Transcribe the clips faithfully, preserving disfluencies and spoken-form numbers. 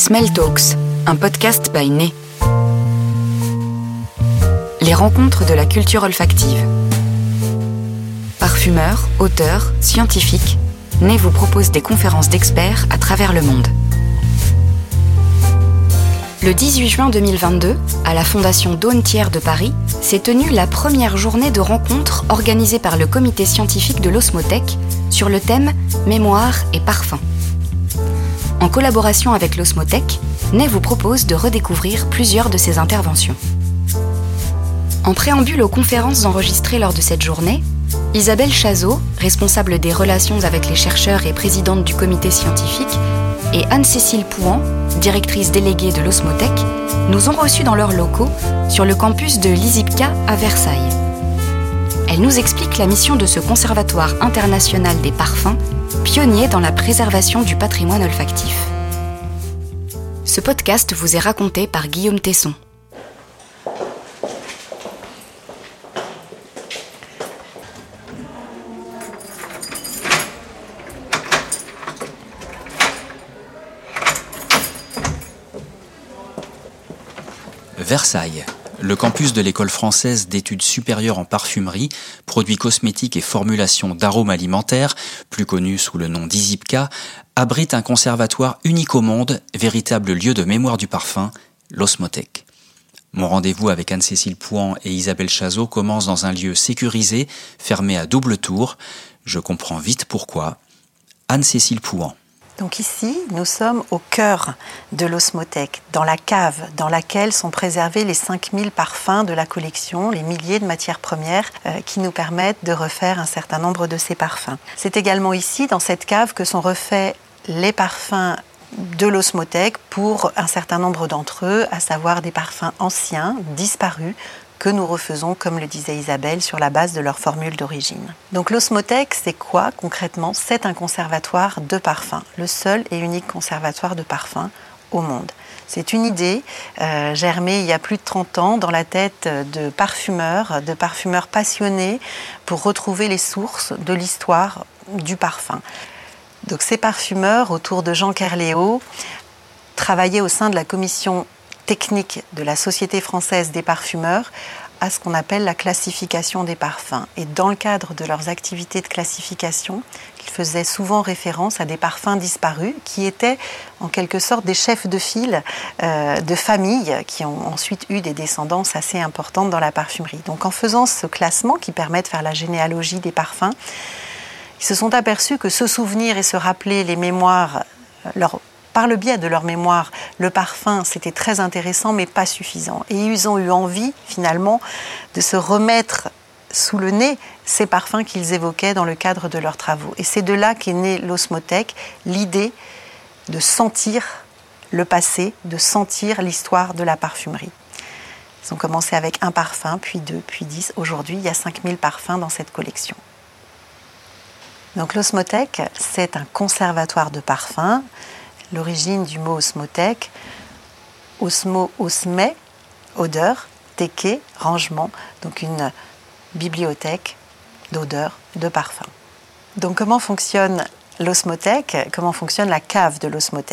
Smell Talks, un podcast by Né. Les rencontres de la culture olfactive. Parfumeurs, auteurs, scientifiques, Né vous propose des conférences d'experts à travers le monde. Le dix-huit juin deux mille vingt-deux, à la Fondation Daune Thiers de Paris, s'est tenue la première journée de rencontres organisée par le comité scientifique de l'Osmothèque sur le thème « Mémoire et parfum ». En collaboration avec l'Osmothèque, Né vous propose de redécouvrir plusieurs de ses interventions. En préambule aux conférences enregistrées lors de cette journée, Isabelle Chazot, responsable des relations avec les chercheurs et présidente du comité scientifique, et Anne-Cécile Pouhan, directrice déléguée de l'Osmothèque, nous ont reçus dans leurs locaux sur le campus de l'ISIPCA à Versailles. Elle nous explique la mission de ce conservatoire international des parfums, pionnier dans la préservation du patrimoine olfactif. Ce podcast vous est raconté par Guillaume Tesson. Versailles, le campus de l'école française d'études supérieures en parfumerie, produits cosmétiques et formulations d'arômes alimentaires, plus connu sous le nom d'ISIPCA, abrite un conservatoire unique au monde, véritable lieu de mémoire du parfum, l'Osmothèque. Mon rendez-vous avec Anne-Cécile Pouhan et Isabelle Chazot commence dans un lieu sécurisé, fermé à double tour. Je comprends vite pourquoi. Anne-Cécile Pouhan. Donc ici, nous sommes au cœur de l'Osmothèque, dans la cave dans laquelle sont préservés les cinq mille parfums de la collection, les milliers de matières premières euh, qui nous permettent de refaire un certain nombre de ces parfums. C'est également ici, dans cette cave, que sont refaits les parfums de l'Osmothèque pour un certain nombre d'entre eux, à savoir des parfums anciens, disparus, que nous refaisons, comme le disait Isabelle, sur la base de leur formule d'origine. Donc l'Osmothèque, c'est quoi concrètement ? C'est un conservatoire de parfums, le seul et unique conservatoire de parfums au monde. C'est une idée euh, germée il y a plus de trente ans dans la tête de parfumeurs, de parfumeurs passionnés pour retrouver les sources de l'histoire du parfum. Donc ces parfumeurs, autour de Jean Kerléo, travaillaient au sein de la commission technique de la Société française des parfumeurs à ce qu'on appelle la classification des parfums. Et dans le cadre de leurs activités de classification, ils faisaient souvent référence à des parfums disparus qui étaient en quelque sorte des chefs de file euh, de familles qui ont ensuite eu des descendances assez importantes dans la parfumerie. Donc en faisant ce classement qui permet de faire la généalogie des parfums, ils se sont aperçus que se souvenir et se rappeler les mémoires, leur par le biais de leur mémoire, le parfum, c'était très intéressant, mais pas suffisant. Et ils ont eu envie, finalement, de se remettre sous le nez ces parfums qu'ils évoquaient dans le cadre de leurs travaux. Et c'est de là qu'est née l'Osmothèque, l'idée de sentir le passé, de sentir l'histoire de la parfumerie. Ils ont commencé avec un parfum, puis deux, puis dix. Aujourd'hui, il y a cinq mille parfums dans cette collection. Donc l'Osmothèque, c'est un conservatoire de parfums. L'origine du mot osmothèque, osmo, osme, odeur, teke, rangement, donc une bibliothèque d'odeurs, de parfums. Donc comment fonctionne l'Osmothèque ? Comment fonctionne la cave de l'Osmothèque ?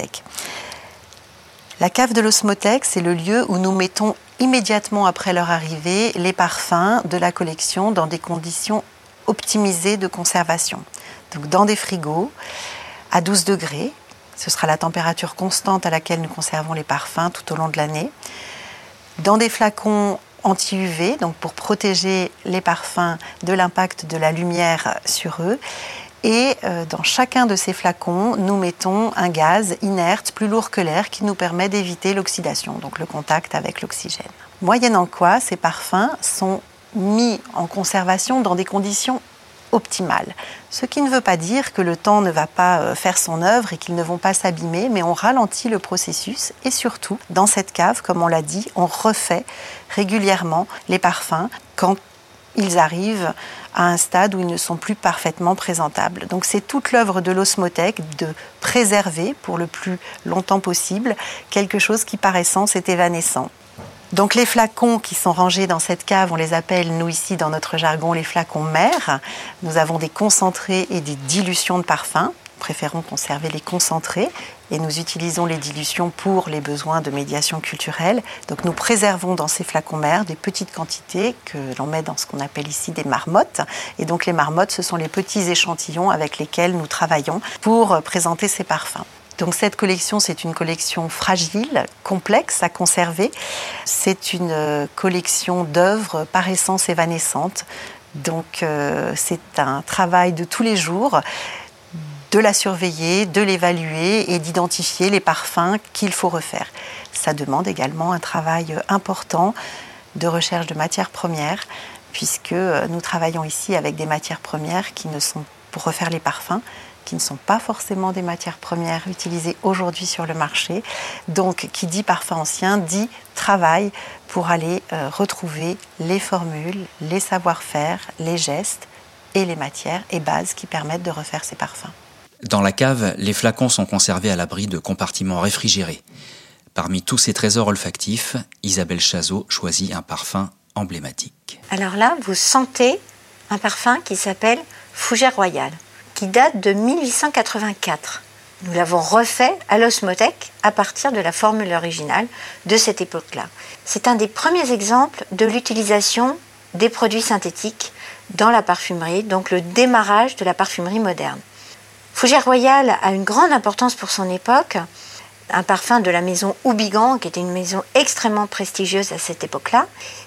La cave de l'Osmothèque, c'est le lieu où nous mettons immédiatement après leur arrivée les parfums de la collection dans des conditions optimisées de conservation. Donc dans des frigos à douze degrés. Ce sera la température constante à laquelle nous conservons les parfums tout au long de l'année. Dans des flacons anti-U V, donc pour protéger les parfums de l'impact de la lumière sur eux. Et euh, dans chacun de ces flacons, nous mettons un gaz inerte, plus lourd que l'air, qui nous permet d'éviter l'oxydation, donc le contact avec l'oxygène. Moyennant quoi, ces parfums sont mis en conservation dans des conditions optimale. Ce qui ne veut pas dire que le temps ne va pas faire son œuvre et qu'ils ne vont pas s'abîmer, mais on ralentit le processus et surtout, dans cette cave, comme on l'a dit, on refait régulièrement les parfums quand ils arrivent à un stade où ils ne sont plus parfaitement présentables. Donc c'est toute l'œuvre de l'Osmothèque de préserver pour le plus longtemps possible quelque chose qui par essence est évanescent. Donc les flacons qui sont rangés dans cette cave, on les appelle, nous ici dans notre jargon, les flacons mères. Nous avons des concentrés et des dilutions de parfums préférons conserver les concentrés et nous utilisons les dilutions pour les besoins de médiation culturelle. Donc nous préservons dans ces flacons mères des petites quantités que l'on met dans ce qu'on appelle ici des marmottes. Et donc les marmottes, ce sont les petits échantillons avec lesquels nous travaillons pour présenter ces parfums. Donc cette collection, c'est une collection fragile, complexe à conserver. C'est une collection d'œuvres par essence évanescentes. Donc euh, c'est un travail de tous les jours de la surveiller, de l'évaluer et d'identifier les parfums qu'il faut refaire. Ça demande également un travail important de recherche de matières premières, puisque nous travaillons ici avec des matières premières qui ne sont, pour refaire les parfums, qui ne sont pas forcément des matières premières utilisées aujourd'hui sur le marché. Donc, qui dit parfum ancien, dit travail pour aller euh, retrouver les formules, les savoir-faire, les gestes et les matières et bases qui permettent de refaire ces parfums. Dans la cave, les flacons sont conservés à l'abri de compartiments réfrigérés. Parmi tous ces trésors olfactifs, Isabelle Chazot choisit un parfum emblématique. Alors là, vous sentez un parfum qui s'appelle Fougère Royale, qui date de mille huit cent quatre-vingt-quatre. Nous l'avons refait à l'Osmothèque à partir de la formule originale de cette époque-là. C'est un des premiers exemples de l'utilisation des produits synthétiques dans la parfumerie, donc le démarrage de la parfumerie moderne. Fougère Royale a une grande importance pour son époque, un parfum de la maison Houbigant, qui était une maison extrêmement prestigieuse à cette époque-là,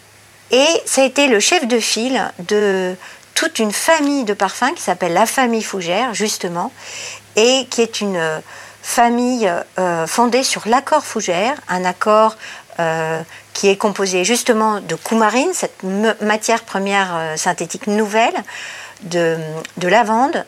et ça a été le chef de file de toute une famille de parfums qui s'appelle la famille Fougère, justement, et qui est une famille euh, fondée sur l'accord Fougère, un accord euh, qui est composé justement de coumarine, cette m- matière première euh, synthétique nouvelle, de, de lavande,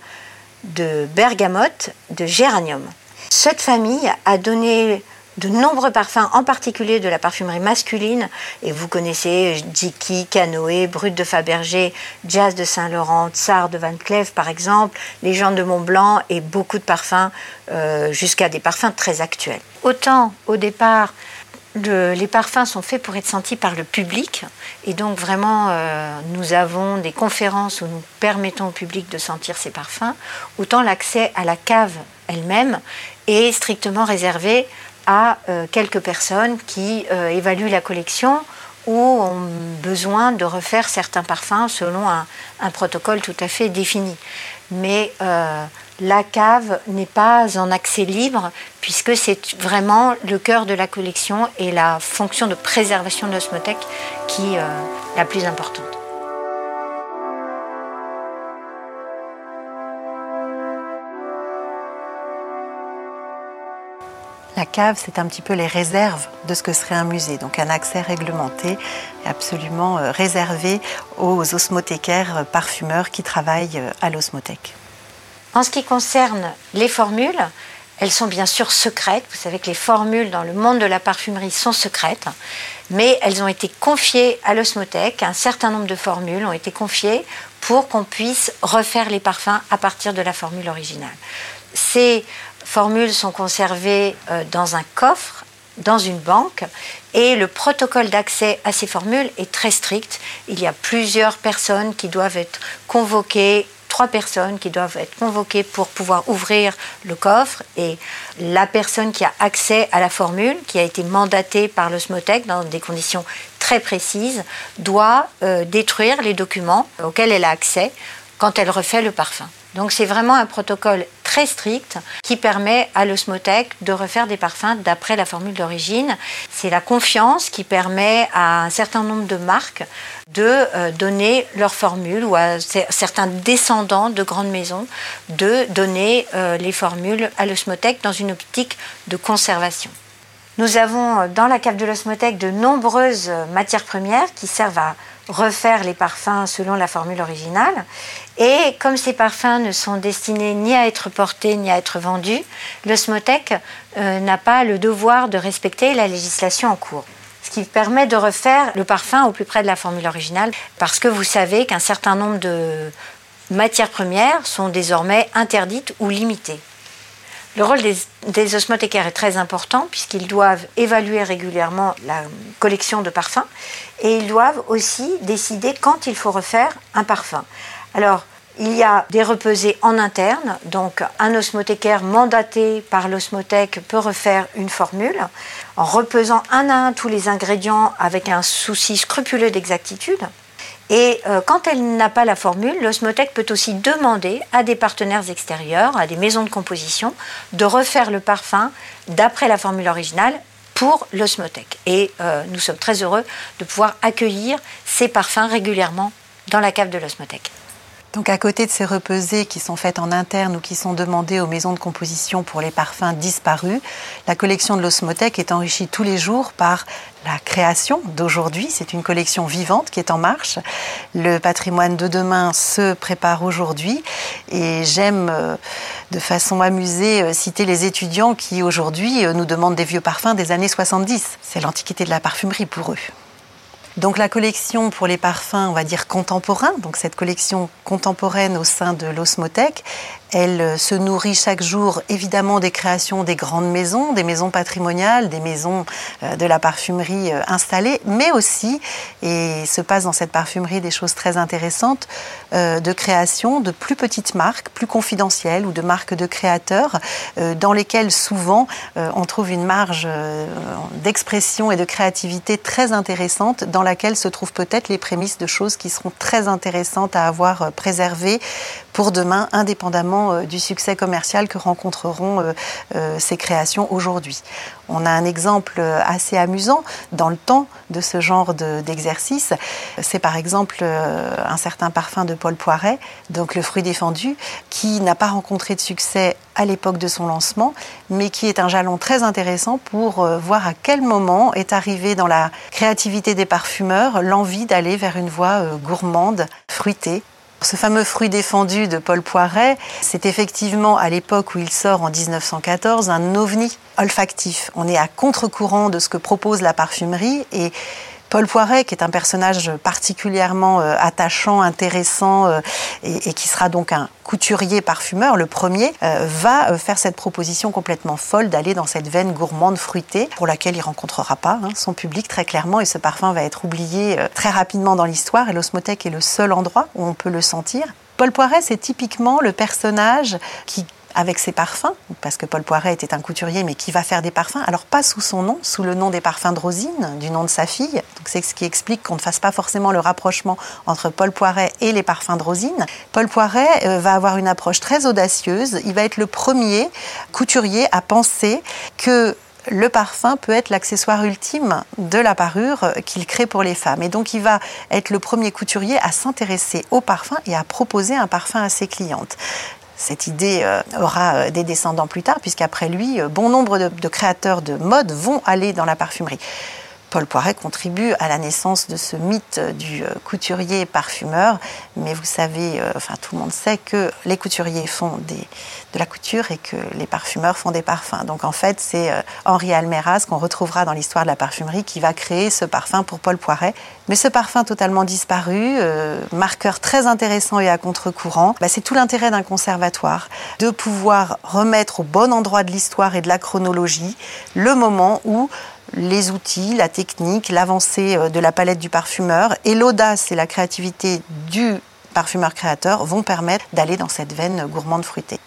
de bergamote, de géranium. Cette famille a donné de nombreux parfums, en particulier de la parfumerie masculine, et vous connaissez Jiki, Canoë, Brut de Fabergé, Jazz de Saint-Laurent, Tsar de Van Cleef par exemple, Légende de Montblanc et beaucoup de parfums, euh, jusqu'à des parfums très actuels. Autant au départ, le, les parfums sont faits pour être sentis par le public, et donc vraiment euh, nous avons des conférences où nous permettons au public de sentir ces parfums, autant l'accès à la cave elle-même est strictement réservé à euh, quelques personnes qui euh, évaluent la collection ou ont besoin de refaire certains parfums selon un, un protocole tout à fait défini. Mais euh, la cave n'est pas en accès libre puisque c'est vraiment le cœur de la collection et la fonction de préservation de l'Osmothèque qui est euh, la plus importante. La cave, c'est un petit peu les réserves de ce que serait un musée, donc un accès réglementé et absolument euh, réservé aux osmothécaires parfumeurs qui travaillent à l'Osmothèque. En ce qui concerne les formules, elles sont bien sûr secrètes. Vous savez que les formules dans le monde de la parfumerie sont secrètes, mais elles ont été confiées à l'Osmothèque. Un certain nombre de formules ont été confiées pour qu'on puisse refaire les parfums à partir de la formule originale. Ces formules sont conservées euh, dans un coffre, dans une banque, et le protocole d'accès à ces formules est très strict. Il y a plusieurs personnes qui doivent être convoquées, trois personnes qui doivent être convoquées pour pouvoir ouvrir le coffre, et la personne qui a accès à la formule, qui a été mandatée par l'Osmothèque dans des conditions très précises, doit euh, détruire les documents auxquels elle a accès quand elle refait le parfum. Donc c'est vraiment un protocole très strict qui permet à l'Osmothèque de refaire des parfums d'après la formule d'origine. C'est la confiance qui permet à un certain nombre de marques de euh, donner leur formule, ou à c- certains descendants de grandes maisons de donner euh, les formules à l'Osmothèque dans une optique de conservation. Nous avons dans la cave de l'Osmothèque de nombreuses matières premières qui servent à refaire les parfums selon la formule originale. Et comme ces parfums ne sont destinés ni à être portés ni à être vendus, l'Osmothèque euh, n'a pas le devoir de respecter la législation en cours. Ce qui permet de refaire le parfum au plus près de la formule originale, parce que vous savez qu'un certain nombre de matières premières sont désormais interdites ou limitées. Le rôle des, des osmothécaires est très important puisqu'ils doivent évaluer régulièrement la collection de parfums et ils doivent aussi décider quand il faut refaire un parfum. Alors, Il y a des repesées en interne, donc un osmothécaire mandaté par l'osmothèque peut refaire une formule en repesant un à un tous les ingrédients avec un souci scrupuleux d'exactitude. Et euh, quand elle n'a pas la formule, l'osmothèque peut aussi demander à des partenaires extérieurs, à des maisons de composition, de refaire le parfum d'après la formule originale pour l'osmothèque. Et euh, nous sommes très heureux de pouvoir accueillir ces parfums régulièrement dans la cave de l'osmothèque. Donc à côté de ces repesées qui sont faites en interne ou qui sont demandées aux maisons de composition pour les parfums disparus, la collection de l'osmothèque est enrichie tous les jours par la création d'aujourd'hui. C'est une collection vivante qui est en marche. Le patrimoine de demain se prépare aujourd'hui et j'aime euh, de façon amusée euh, citer les étudiants qui aujourd'hui euh, nous demandent des vieux parfums des années soixante-dix. C'est l'antiquité de la parfumerie pour eux. Donc la collection pour les parfums, on va dire contemporains, donc cette collection contemporaine au sein de l'osmothèque, elle se nourrit chaque jour évidemment des créations des grandes maisons, des maisons patrimoniales, des maisons de la parfumerie installées, mais aussi, et se passe dans cette parfumerie des choses très intéressantes, de création de plus petites marques, plus confidentielles, ou de marques de créateurs, dans lesquelles souvent on trouve une marge d'expression et de créativité très intéressante, dans laquelle se trouvent peut-être les prémices de choses qui seront très intéressantes à avoir préservées pour demain, indépendamment du succès commercial que rencontreront euh, euh, ces créations aujourd'hui. On a un exemple assez amusant dans le temps de ce genre de, d'exercice. C'est par exemple euh, un certain parfum de Paul Poiret, donc le fruit défendu, qui n'a pas rencontré de succès à l'époque de son lancement, mais qui est un jalon très intéressant pour euh, voir à quel moment est arrivé dans la créativité des parfumeurs l'envie d'aller vers une voie euh, gourmande, fruitée. Ce fameux fruit défendu de Paul Poiret, c'est effectivement à l'époque où il sort en dix-neuf cent quatorze un ovni olfactif. On est à contre-courant de ce que propose la parfumerie et Paul Poiret, qui est un personnage particulièrement euh, attachant, intéressant euh, et, et qui sera donc un couturier parfumeur, le premier, euh, va euh, faire cette proposition complètement folle d'aller dans cette veine gourmande fruitée pour laquelle il ne rencontrera pas hein, son public très clairement et ce parfum va être oublié euh, très rapidement dans l'histoire et l'osmothèque est le seul endroit où on peut le sentir. Paul Poiret, c'est typiquement le personnage qui avec ses parfums, parce que Paul Poiret était un couturier, mais qui va faire des parfums, alors pas sous son nom, sous le nom des parfums de Rosine, du nom de sa fille. Donc c'est ce qui explique qu'on ne fasse pas forcément le rapprochement entre Paul Poiret et les parfums de Rosine. Paul Poiret euh, va avoir une approche très audacieuse. Il va être le premier couturier à penser que le parfum peut être l'accessoire ultime de la parure qu'il crée pour les femmes. Et donc, il va être le premier couturier à s'intéresser au parfum et à proposer un parfum à ses clientes. Cette idée euh, aura euh, des descendants plus tard, puisqu'après lui, euh, bon nombre de, de créateurs de mode vont aller dans la parfumerie. Paul Poiret contribue à la naissance de ce mythe du euh, couturier parfumeur, mais vous savez, euh, enfin tout le monde sait que les couturiers font des, de la couture et que les parfumeurs font des parfums. Donc en fait, c'est euh, Henri Almeras qu'on retrouvera dans l'histoire de la parfumerie qui va créer ce parfum pour Paul Poiret. Mais ce parfum totalement disparu, euh, marqueur très intéressant et à contre-courant, bah, c'est tout l'intérêt d'un conservatoire, de pouvoir remettre au bon endroit de l'histoire et de la chronologie le moment où les outils, la technique, l'avancée de la palette du parfumeur et l'audace et la créativité du parfumeur créateur vont permettre d'aller dans cette veine gourmande fruitée.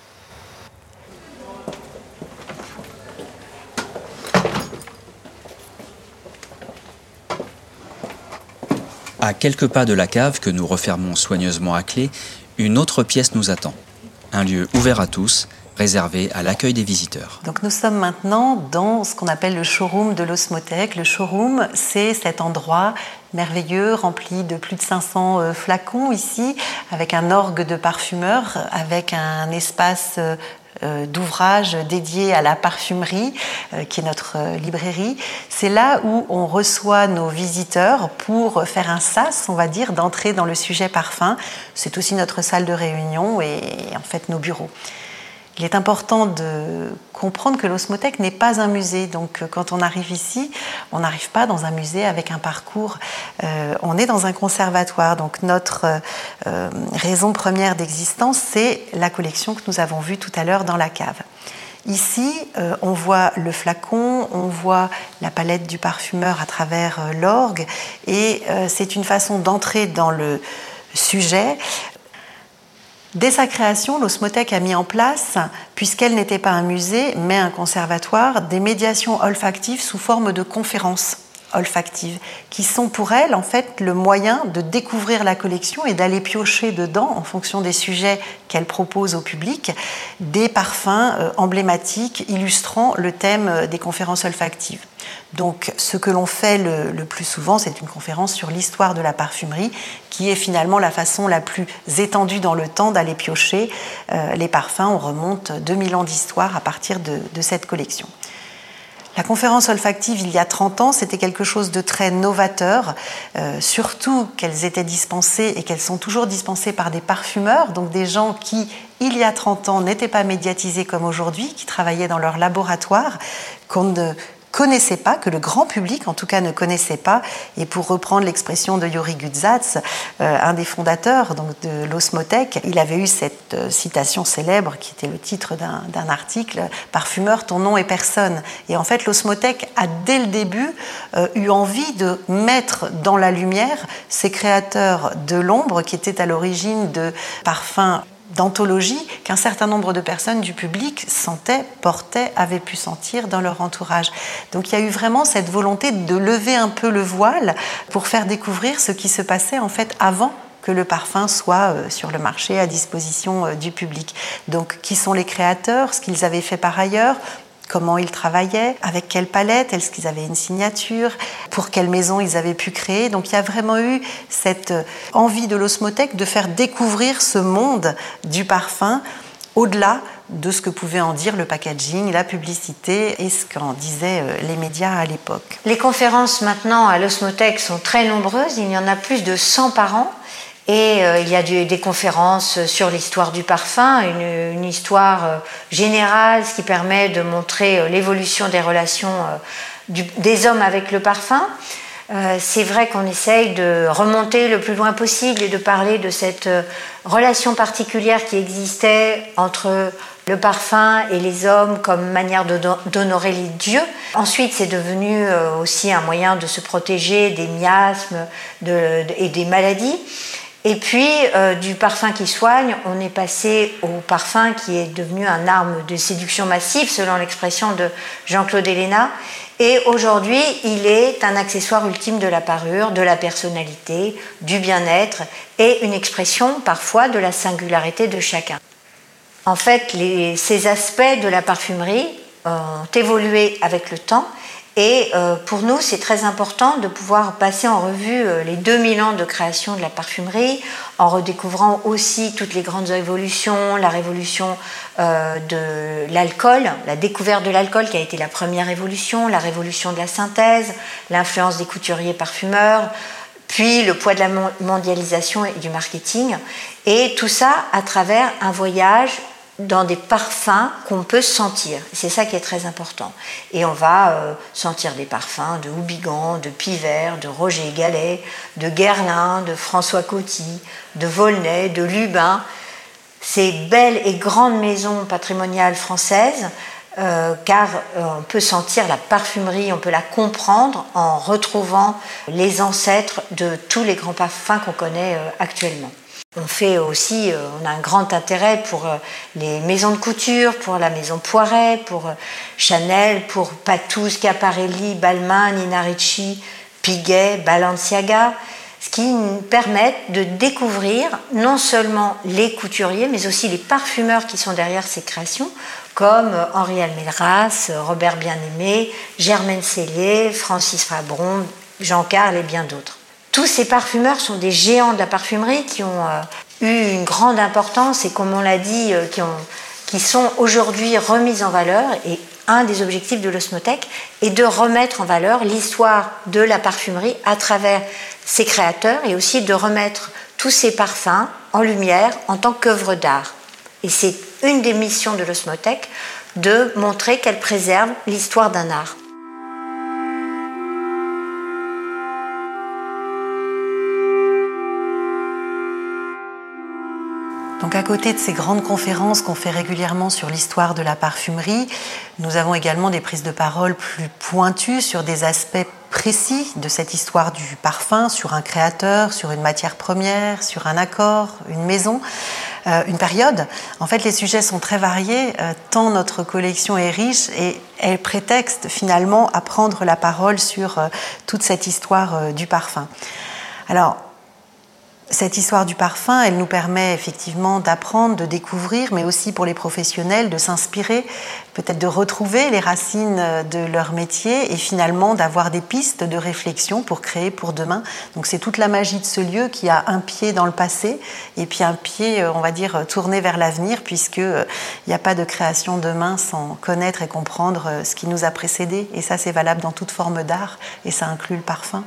À quelques pas de la cave que nous refermons soigneusement à clé, une autre pièce nous attend. Un lieu ouvert à tous, réservé à l'accueil des visiteurs. Donc nous sommes maintenant dans ce qu'on appelle le showroom de l'osmothèque. Le showroom, c'est cet endroit merveilleux, rempli de plus de cinq cents euh, flacons ici, avec un orgue de parfumeur, avec un espace euh, euh, d'ouvrage dédié à la parfumerie, euh, qui est notre euh, librairie. C'est là où on reçoit nos visiteurs pour faire un sas, on va dire, d'entrer dans le sujet parfum. C'est aussi notre salle de réunion et en fait nos bureaux. Il est important de comprendre que l'osmothèque n'est pas un musée. Donc, quand on arrive ici, on n'arrive pas dans un musée avec un parcours. Euh, on est dans un conservatoire. Donc, notre euh, raison première d'existence, c'est la collection que nous avons vue tout à l'heure dans la cave. Ici, euh, on voit le flacon, on voit la palette du parfumeur à travers euh, l'orgue. Et euh, c'est une façon d'entrer dans le sujet. Dès sa création, l'Osmothèque a mis en place, puisqu'elle n'était pas un musée, mais un conservatoire, des médiations olfactives sous forme de conférences olfactives, qui sont pour elle, en fait, le moyen de découvrir la collection et d'aller piocher dedans, en fonction des sujets qu'elle propose au public, des parfums euh, emblématiques illustrant le thème des conférences olfactives. Donc, ce que l'on fait le, le plus souvent, c'est une conférence sur l'histoire de la parfumerie, qui est finalement la façon la plus étendue dans le temps d'aller piocher euh, les parfums. On remonte deux mille ans d'histoire à partir de, de cette collection. La conférence olfactive, il y a trente ans, c'était quelque chose de très novateur, euh, surtout qu'elles étaient dispensées et qu'elles sont toujours dispensées par des parfumeurs, donc des gens qui, il y a trente ans, n'étaient pas médiatisés comme aujourd'hui, qui travaillaient dans leur laboratoire, qu'on ne connaissait pas, que le grand public en tout cas ne connaissait pas. Et pour reprendre l'expression de Yuri Gudzats, euh, un des fondateurs donc, de l'Osmothèque, il avait eu cette euh, citation célèbre qui était le titre d'un, d'un article « Parfumeur, ton nom est personne ». Et en fait, l'Osmothèque a dès le début euh, eu envie de mettre dans la lumière ces créateurs de l'ombre qui étaient à l'origine de parfums d'anthologie qu'un certain nombre de personnes du public sentaient, portaient, avaient pu sentir dans leur entourage. Donc il y a eu vraiment cette volonté de lever un peu le voile pour faire découvrir ce qui se passait en fait avant que le parfum soit sur le marché à disposition du public. Donc qui sont les créateurs, ce qu'ils avaient fait par ailleurs, comment ils travaillaient, avec quelle palette, est-ce qu'ils avaient une signature, pour quelle maison ils avaient pu créer. Donc il y a vraiment eu cette envie de l'Osmothèque de faire découvrir ce monde du parfum au-delà de ce que pouvait en dire le packaging, la publicité et ce qu'en disaient les médias à l'époque. Les conférences maintenant à l'Osmothèque sont très nombreuses, il y en a plus de cent par an. Et euh, il y a du, des conférences sur l'histoire du parfum, une, une histoire euh, générale, ce qui permet de montrer euh, l'évolution des relations euh, du, des hommes avec le parfum. Euh, c'est vrai qu'on essaye de remonter le plus loin possible et de parler de cette euh, relation particulière qui existait entre le parfum et les hommes comme manière de, d'honorer les dieux. Ensuite, c'est devenu euh, aussi un moyen de se protéger des miasmes de, de, et des maladies. Et puis, euh, du parfum qui soigne, on est passé au parfum qui est devenu un arme de séduction massive, selon l'expression de Jean-Claude Héléna. Et aujourd'hui, il est un accessoire ultime de la parure, de la personnalité, du bien-être et une expression parfois de la singularité de chacun. En fait, les, ces aspects de la parfumerie ont évolué avec le temps. Et euh, pour nous, c'est très important de pouvoir passer en revue euh, les deux mille ans de création de la parfumerie, en redécouvrant aussi toutes les grandes évolutions, la révolution euh, de l'alcool, la découverte de l'alcool qui a été la première évolution, la révolution de la synthèse, l'influence des couturiers parfumeurs, puis le poids de la mondialisation et du marketing. Et tout ça à travers un voyage dans des parfums qu'on peut sentir. C'est ça qui est très important. Et on va euh, sentir des parfums de Houbigant, de Pivert, de Roger Gallet, de Guerlain, de François Coty, de Volnay, de Lubin. Ces belles et grandes maisons patrimoniales françaises, euh, car euh, on peut sentir la parfumerie, on peut la comprendre en retrouvant les ancêtres de tous les grands parfums qu'on connaît euh, actuellement. On fait aussi, on a un grand intérêt pour les maisons de couture, pour la maison Poiret, pour Chanel, pour Patou, Schiaparelli, Balmain, Nina Ricci, Piguet, Balenciaga, ce qui nous permet de découvrir non seulement les couturiers, mais aussi les parfumeurs qui sont derrière ces créations, comme Henri Almeyras, Robert Bien-Aimé, Germaine Cellier, Francis Fabron, Jean Carle et bien d'autres. Tous ces parfumeurs sont des géants de la parfumerie qui ont euh, eu une grande importance et, comme on l'a dit, euh, qui, ont, qui sont aujourd'hui remis en valeur. Et un des objectifs de l'Osmothèque est de remettre en valeur l'histoire de la parfumerie à travers ses créateurs et aussi de remettre tous ces parfums en lumière en tant qu'œuvre d'art. Et c'est une des missions de l'Osmothèque de montrer qu'elle préserve l'histoire d'un art. Donc à côté de ces grandes conférences qu'on fait régulièrement sur l'histoire de la parfumerie, nous avons également des prises de parole plus pointues sur des aspects précis de cette histoire du parfum, sur un créateur, sur une matière première, sur un accord, une maison. euh, une période. En fait, les sujets sont très variés, euh, tant notre collection est riche et elle prétexte finalement à prendre la parole sur euh, toute cette histoire euh, du parfum. Alors, cette histoire du parfum, elle nous permet effectivement d'apprendre, de découvrir, mais aussi pour les professionnels de s'inspirer, peut-être de retrouver les racines de leur métier et finalement d'avoir des pistes de réflexion pour créer pour demain. Donc c'est toute la magie de ce lieu qui a un pied dans le passé et puis un pied, on va dire, tourné vers l'avenir, puisqu'il n'y a pas de création demain sans connaître et comprendre ce qui nous a précédés. Et ça, c'est valable dans toute forme d'art et ça inclut le parfum.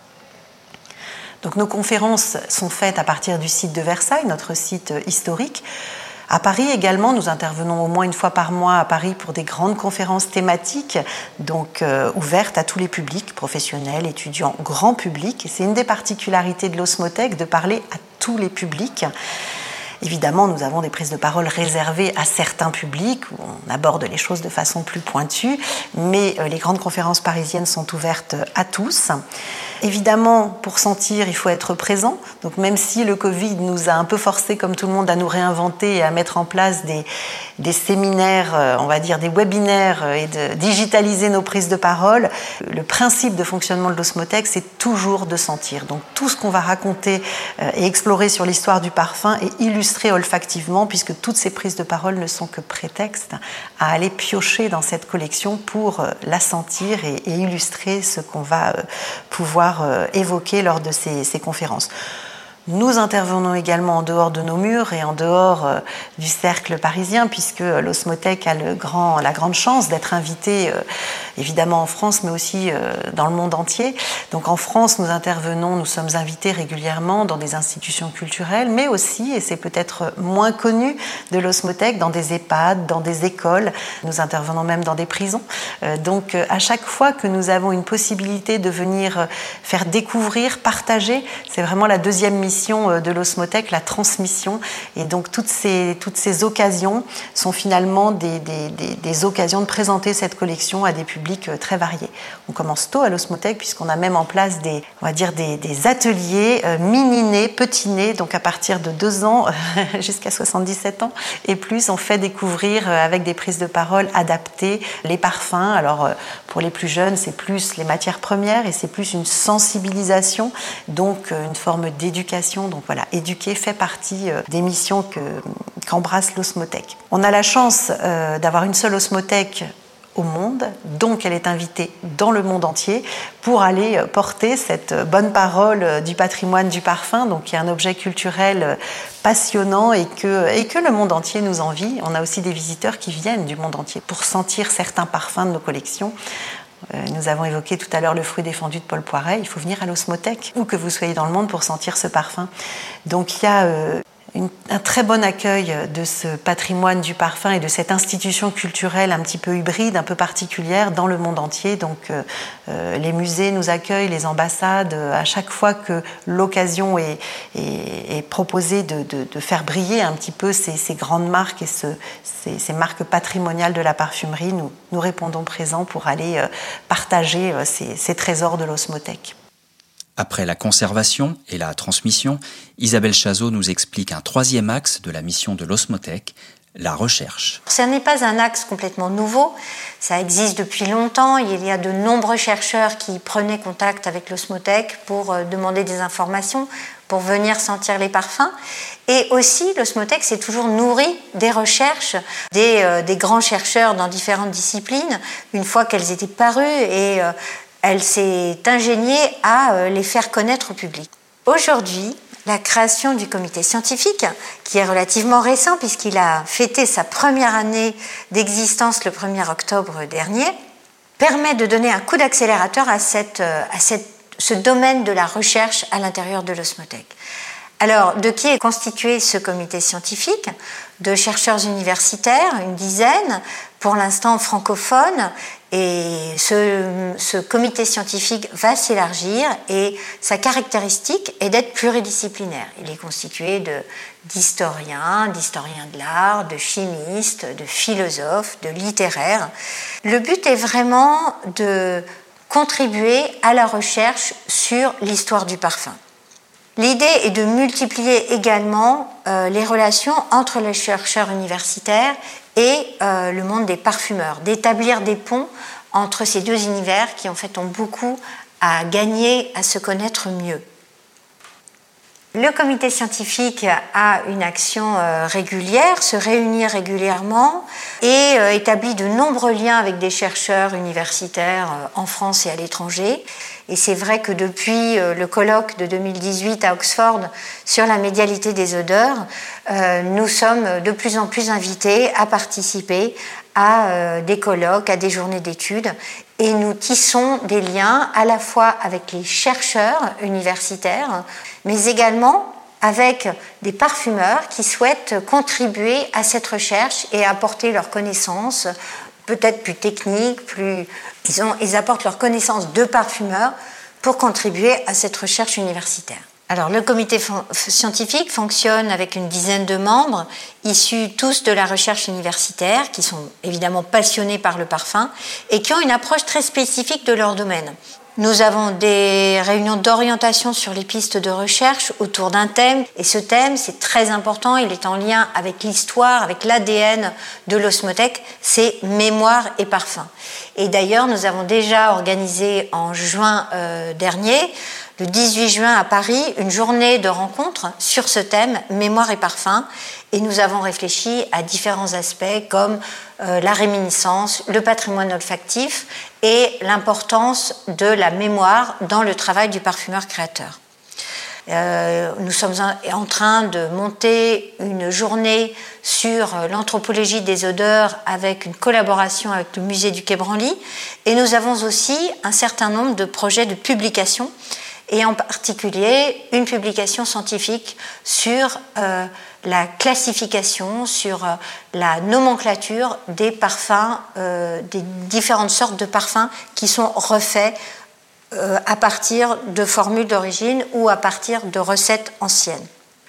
Donc nos conférences sont faites à partir du site de Versailles, notre site historique. À Paris également, nous intervenons au moins une fois par mois à Paris pour des grandes conférences thématiques, donc euh, ouvertes à tous les publics, professionnels, étudiants, grand public. Et c'est une des particularités de l'Osmothèque de parler à tous les publics. Évidemment, nous avons des prises de parole réservées à certains publics, où on aborde les choses de façon plus pointue, mais les grandes conférences parisiennes sont ouvertes à tous. Évidemment, pour sentir, il faut être présent. Donc même si le Covid nous a un peu forcé, comme tout le monde, à nous réinventer et à mettre en place des, des séminaires, on va dire des webinaires, et de digitaliser nos prises de parole, le principe de fonctionnement de l'Osmothèque, c'est toujours de sentir. Donc tout ce qu'on va raconter et explorer sur l'histoire du parfum est illustré olfactivement, puisque toutes ces prises de parole ne sont que prétexte à aller piocher dans cette collection pour la sentir et, et illustrer ce qu'on va pouvoir évoquer lors de ces, ces conférences. Nous intervenons également en dehors de nos murs et en dehors euh, du cercle parisien, puisque l'Osmothèque a le grand, la grande chance d'être invitée euh, évidemment en France, mais aussi euh, dans le monde entier. Donc en France, nous intervenons, nous sommes invités régulièrement dans des institutions culturelles, mais aussi, et c'est peut-être moins connu de l'Osmothèque, dans des EHPAD, dans des écoles. Nous intervenons même dans des prisons. Euh, donc à chaque fois que nous avons une possibilité de venir faire découvrir, partager, c'est vraiment la deuxième mission de l'Osmothèque, la transmission. Et donc toutes ces, toutes ces occasions sont finalement des, des, des, des occasions de présenter cette collection à des publics très variés. On commence tôt à l'Osmothèque, puisqu'on a même en place des, on va dire des, des ateliers euh, mini-nés, petits-nés, donc à partir de deux ans euh, jusqu'à soixante-dix-sept ans et plus, on fait découvrir euh, avec des prises de parole adaptées les parfums. Alors euh, pour les plus jeunes, c'est plus les matières premières et c'est plus une sensibilisation, donc euh, une forme d'éducation. Donc voilà, éduquer fait partie euh, des missions que, qu'embrasse l'Osmothèque. On a la chance euh, d'avoir une seule Osmothèque au monde, donc elle est invitée dans le monde entier pour aller porter cette bonne parole du patrimoine du parfum, donc qui est un objet culturel passionnant et que, et que le monde entier nous envie. On a aussi des visiteurs qui viennent du monde entier pour sentir certains parfums de nos collections. Nous avons évoqué tout à l'heure le fruit défendu de Paul Poiret. Il faut venir à l'Osmothèque, où que vous soyez dans le monde, pour sentir ce parfum. Donc il y a euh, une, un très bon accueil de ce patrimoine du parfum et de cette institution culturelle un petit peu hybride, un peu particulière dans le monde entier. Donc euh, euh, les musées nous accueillent, les ambassades. Euh, à chaque fois que l'occasion est, est, est proposée de, de, de faire briller un petit peu ces, ces grandes marques et ce, ces, ces marques patrimoniales de la parfumerie, nous, nous répondons présents pour aller euh, partager euh, ces, ces trésors de l'Osmothèque. Après la conservation et la transmission, Isabelle Chazot nous explique un troisième axe de la mission de l'Osmothèque, la recherche. Ce n'est pas un axe complètement nouveau, ça existe depuis longtemps. Il y a de nombreux chercheurs qui prenaient contact avec l'Osmothèque pour demander des informations, pour venir sentir les parfums. Et aussi, l'Osmothèque s'est toujours nourrie des recherches des, euh, des grands chercheurs dans différentes disciplines, une fois qu'elles étaient parues, et euh, elle s'est ingéniée à les faire connaître au public. Aujourd'hui, la création du comité scientifique, qui est relativement récent puisqu'il a fêté sa première année d'existence le premier octobre dernier, permet de donner un coup d'accélérateur à, cette, à cette, ce domaine de la recherche à l'intérieur de l'Osmothèque. Alors, de qui est constitué ce comité scientifique ? De chercheurs universitaires, une dizaine, pour l'instant francophones, et ce, ce comité scientifique va s'élargir et sa caractéristique est d'être pluridisciplinaire. Il est constitué de, d'historiens, d'historiens de l'art, de chimistes, de philosophes, de littéraires. Le but est vraiment de contribuer à la recherche sur l'histoire du parfum. L'idée est de multiplier également euh, les relations entre les chercheurs universitaires et euh, le monde des parfumeurs, d'établir des ponts entre ces deux univers qui en fait ont beaucoup à gagner à se connaître mieux. Le comité scientifique a une action euh, régulière, se réunit régulièrement et euh, établit de nombreux liens avec des chercheurs universitaires euh, en France et à l'étranger. Et c'est vrai que depuis euh, le colloque de deux mille dix-huit à Oxford sur la médialité des odeurs, euh, nous sommes de plus en plus invités à participer à euh, des colloques, à des journées d'études. Et nous tissons des liens à la fois avec les chercheurs universitaires, mais également avec des parfumeurs qui souhaitent contribuer à cette recherche et apporter leurs connaissances, peut-être plus techniques, plus... Ils, ont, ils apportent leurs connaissances de parfumeurs pour contribuer à cette recherche universitaire. Alors, le comité scientifique fonctionne avec une dizaine de membres, issus tous de la recherche universitaire, qui sont évidemment passionnés par le parfum et qui ont une approche très spécifique de leur domaine. Nous avons des réunions d'orientation sur les pistes de recherche autour d'un thème, et ce thème, c'est très important, il est en lien avec l'histoire, avec l'A D N de l'osmothèque, c'est mémoire et parfum. Et d'ailleurs, nous avons déjà organisé en juin euh, dernier, le dix-huit juin à Paris, une journée de rencontres sur ce thème, mémoire et parfum, et nous avons réfléchi à différents aspects comme euh, la réminiscence, le patrimoine olfactif et l'importance de la mémoire dans le travail du parfumeur créateur. Euh, nous sommes en train de monter une journée sur l'anthropologie des odeurs avec une collaboration avec le musée du Quai Branly, et nous avons aussi un certain nombre de projets de publication, et en particulier une publication scientifique sur euh, la classification, sur euh, la nomenclature des parfums, euh, des différentes sortes de parfums qui sont refaits euh, à partir de formules d'origine ou à partir de recettes anciennes.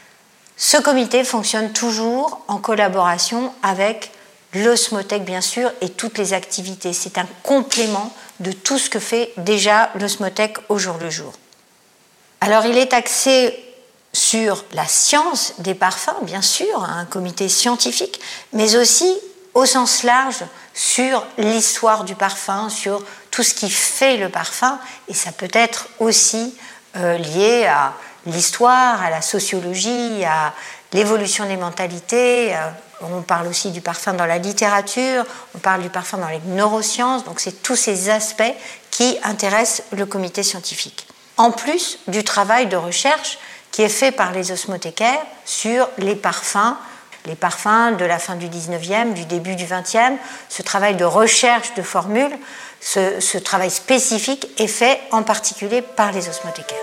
Ce comité fonctionne toujours en collaboration avec l'osmothèque, bien sûr, et toutes les activités. C'est un complément de tout ce que fait déjà l'osmothèque au jour le jour. Alors, il est axé sur la science des parfums, bien sûr, un comité scientifique, mais aussi, au sens large, sur l'histoire du parfum, sur tout ce qui fait le parfum, et ça peut être aussi euh, lié à l'histoire, à la sociologie, à l'évolution des mentalités. Euh, on parle aussi du parfum dans la littérature, on parle du parfum dans les neurosciences, donc c'est tous ces aspects qui intéressent le comité scientifique. En plus du travail de recherche qui est fait par les osmothécaires sur les parfums, les parfums de la fin du dix-neuvième, du début du vingtième, ce travail de recherche de formules, ce, ce travail spécifique est fait en particulier par les osmothécaires.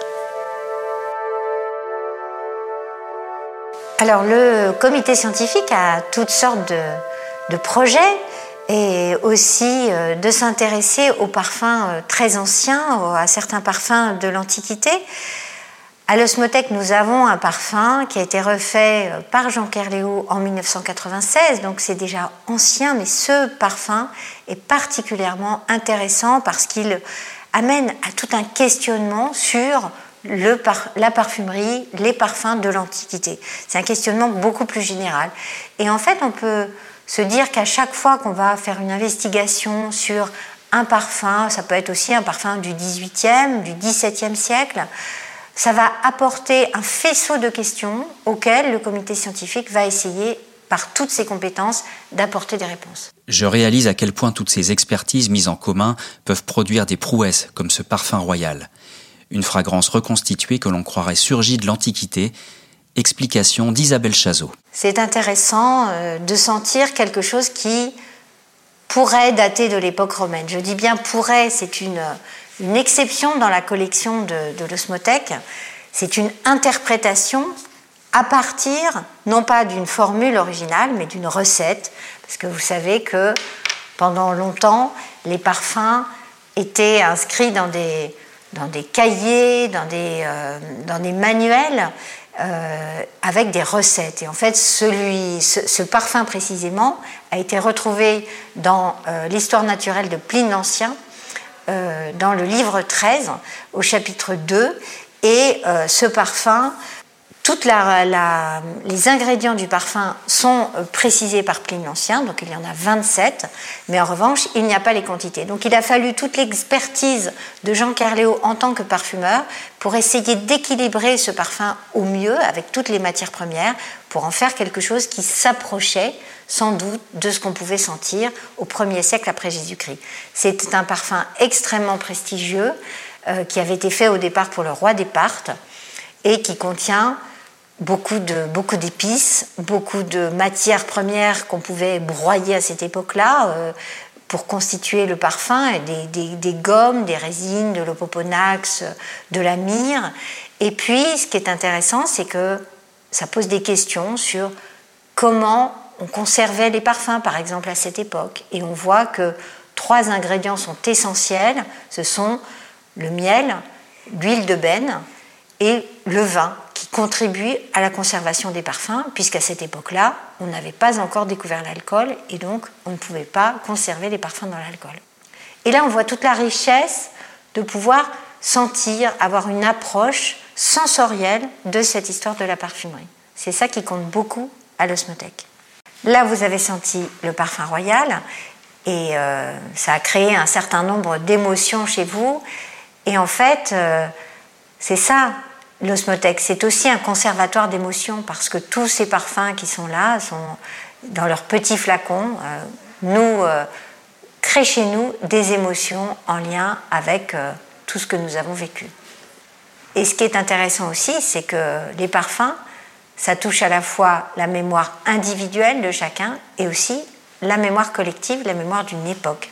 Alors, le comité scientifique a toutes sortes de, de projets, et aussi euh, de s'intéresser aux parfums euh, très anciens, à certains parfums de l'Antiquité. À l'osmothèque, nous avons un parfum qui a été refait euh, par Jean Kerléo en mille neuf cent quatre-vingt-seize, donc c'est déjà ancien, mais ce parfum est particulièrement intéressant parce qu'il amène à tout un questionnement sur le par- la parfumerie, les parfums de l'Antiquité. C'est un questionnement beaucoup plus général. Et en fait, on peut se dire qu'à chaque fois qu'on va faire une investigation sur un parfum, ça peut être aussi un parfum du dix-huitième, du dix-septième siècle, ça va apporter un faisceau de questions auxquelles le comité scientifique va essayer, par toutes ses compétences, d'apporter des réponses. Je réalise à quel point toutes ces expertises mises en commun peuvent produire des prouesses comme ce parfum royal. Une fragrance reconstituée que l'on croirait surgie de l'Antiquité. Explication d'Isabelle Chazot. C'est intéressant euh, de sentir quelque chose qui pourrait dater de l'époque romaine. Je dis bien pourrait, c'est une, une exception dans la collection de, de l'osmothèque. C'est une interprétation à partir, non pas d'une formule originale, mais d'une recette. Parce que vous savez que pendant longtemps, les parfums étaient inscrits dans des, dans des cahiers, dans des, euh, dans des manuels, Euh, avec des recettes. Et en fait, celui, ce, ce parfum précisément a été retrouvé dans euh, l'histoire naturelle de Pline l'Ancien, euh, dans le livre treize, au chapitre deux, Et euh, ce parfum, toutes la, la, les ingrédients du parfum sont précisés par Pline l'Ancien, donc il y en a vingt-sept, mais en revanche, il n'y a pas les quantités. Donc il a fallu toute l'expertise de Jean Kerléo en tant que parfumeur pour essayer d'équilibrer ce parfum au mieux avec toutes les matières premières pour en faire quelque chose qui s'approchait sans doute de ce qu'on pouvait sentir au premier siècle après Jésus-Christ. C'était un parfum extrêmement prestigieux euh, qui avait été fait au départ pour le roi des Parthes et qui contient beaucoup de, beaucoup d'épices, beaucoup de matières premières qu'on pouvait broyer à cette époque-là euh, pour constituer le parfum, des, des, des gommes, des résines, de l'opoponax, de la myrrhe. Et puis, ce qui est intéressant, c'est que ça pose des questions sur comment on conservait les parfums, par exemple, à cette époque. Et on voit que trois ingrédients sont essentiels. Ce sont le miel, l'huile de benne et le vin, qui contribuent à la conservation des parfums, puisqu'à cette époque-là, on n'avait pas encore découvert l'alcool, et donc on ne pouvait pas conserver les parfums dans l'alcool. Et là, on voit toute la richesse de pouvoir sentir, avoir une approche sensorielle de cette histoire de la parfumerie. C'est ça qui compte beaucoup à l'osmothèque. Là, vous avez senti le parfum royal, et euh, ça a créé un certain nombre d'émotions chez vous, et en fait, euh, c'est ça, l'osmothèque, c'est aussi un conservatoire d'émotions parce que tous ces parfums qui sont là, sont dans leurs petits flacons, euh, nous euh, créent chez nous des émotions en lien avec euh, tout ce que nous avons vécu. Et ce qui est intéressant aussi, c'est que les parfums, ça touche à la fois la mémoire individuelle de chacun et aussi la mémoire collective, la mémoire d'une époque.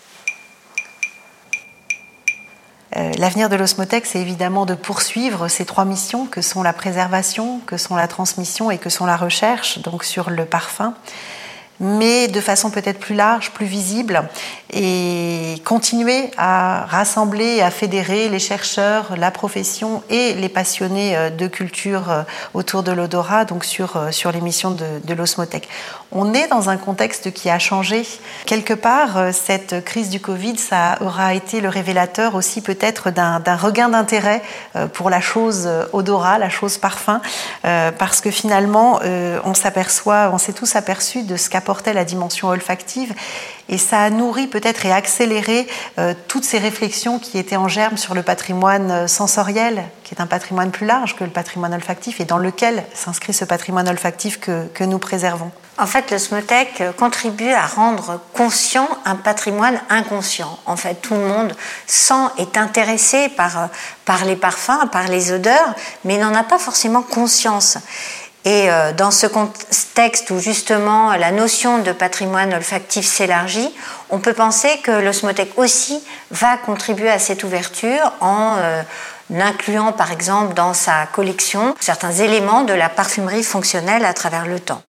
Euh, l'avenir de l'osmothèque, c'est évidemment de poursuivre ces trois missions que sont la préservation, que sont la transmission et que sont la recherche, donc sur le parfum, mais de façon peut-être plus large, plus visible, et continuer à rassembler, à fédérer les chercheurs, la profession et les passionnés de culture autour de l'odorat, donc sur, sur les missions de, de l'osmothèque. On est dans un contexte qui a changé. Quelque part, cette crise du Covid, ça aura été le révélateur aussi peut-être d'un, d'un regain d'intérêt pour la chose odorat, la chose parfum, parce que finalement, on s'aperçoit, on s'est tous aperçus de ce qu'apportait la dimension olfactive, et ça a nourri peut-être et accéléré euh, toutes ces réflexions qui étaient en germe sur le patrimoine sensoriel, qui est un patrimoine plus large que le patrimoine olfactif, et dans lequel s'inscrit ce patrimoine olfactif que, que nous préservons. En fait, l'osmothèque contribue à rendre conscient un patrimoine inconscient. En fait, tout le monde sent, est intéressé par, par les parfums, par les odeurs, mais il n'en a pas forcément conscience. Et dans ce contexte où justement la notion de patrimoine olfactif s'élargit, on peut penser que l'osmothèque aussi va contribuer à cette ouverture en euh, incluant par exemple dans sa collection certains éléments de la parfumerie fonctionnelle à travers le temps.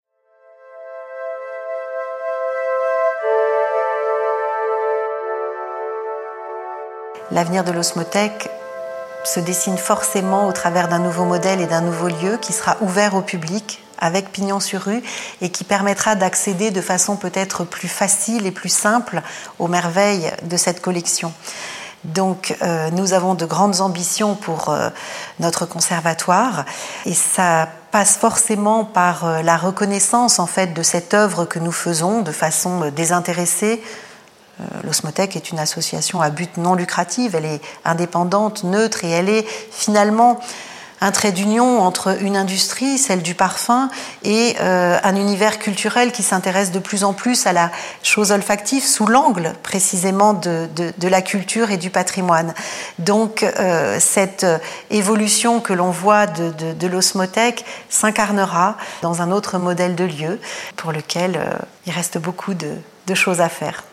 L'avenir de l'osmothèque se dessine forcément au travers d'un nouveau modèle et d'un nouveau lieu qui sera ouvert au public avec pignon sur rue et qui permettra d'accéder de façon peut-être plus facile et plus simple aux merveilles de cette collection. Donc euh, nous avons de grandes ambitions pour euh, notre conservatoire, et ça passe forcément par euh, la reconnaissance en fait de cette œuvre que nous faisons de façon euh, désintéressée. L'osmothèque est une association à but non lucratif, elle est indépendante, neutre, et elle est finalement un trait d'union entre une industrie, celle du parfum, et euh, un univers culturel qui s'intéresse de plus en plus à la chose olfactive sous l'angle précisément de, de, de la culture et du patrimoine. Donc euh, cette évolution que l'on voit de, de, de l'osmothèque s'incarnera dans un autre modèle de lieu pour lequel euh, il reste beaucoup de, de choses à faire.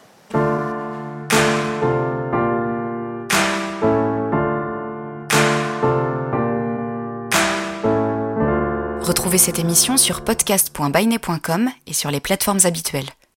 Retrouvez cette émission sur podcast point bainet point com et sur les plateformes habituelles.